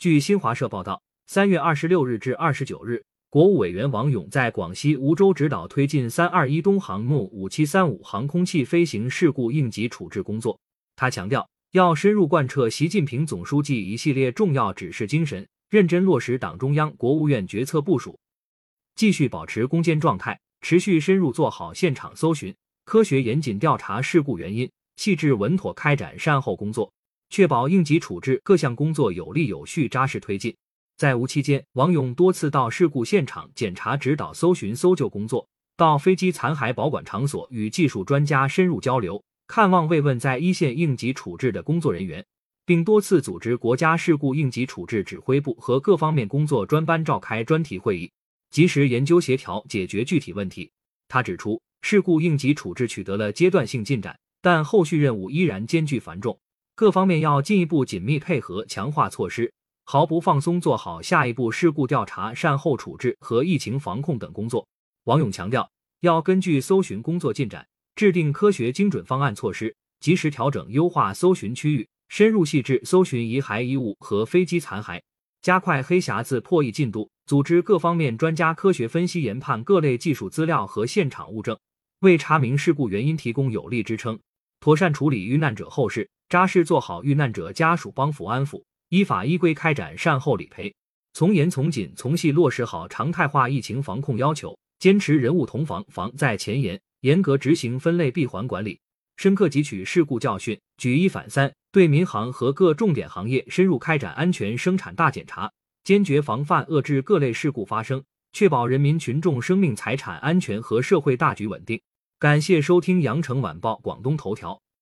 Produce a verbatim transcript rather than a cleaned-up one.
据新华社报道，三月二十六日至二十九日，国务委员王勇在广西梧州指导推进三二一东航木五七三五航空器飞行事故应急处置工作。他强调，要深入贯彻习近平总书记一系列重要指示精神，认真落实党中央、国务院决策部署，继续保持攻坚状态，持续深入做好现场搜寻，科学严谨调查事故原因，细致稳妥开展善后工作，确保应急处置各项工作有力有序扎实推进。在吴期间，王勇多次到事故现场检查指导搜寻搜救工作，到飞机残骸保管场所与技术专家深入交流，看望慰问在一线应急处置的工作人员，并多次组织国家事故应急处置指挥部和各方面工作专班召开专题会议，及时研究协调解决具体问题。他指出，事故应急处置取得了阶段性进展，但后续任务依然艰巨繁重，各方面要进一步紧密配合，强化措施，毫不放松做好下一步事故调查、善后处置和疫情防控等工作。王勇强调，要根据搜寻工作进展，制定科学精准方案措施，及时调整优化搜寻区域，深入细致搜寻遗骸遗物和飞机残骸，加快黑匣子破译进度，组织各方面专家科学分析研判各类技术资料和现场物证，为查明事故原因提供有力支撑，妥善处理遇难者后事，扎实做好遇难者家属帮扶安抚，依法依规开展善后理赔，从严从紧从细落实好常态化疫情防控要求，坚持人物同防，防在前沿，严格执行分类闭环管理，深刻汲取事故教训，举一反三，对民航和各重点行业深入开展安全生产大检查，坚决防范遏制各类事故发生，确保人民群众生命财产安全和社会大局稳定。感谢收听羊城晚报广东头条。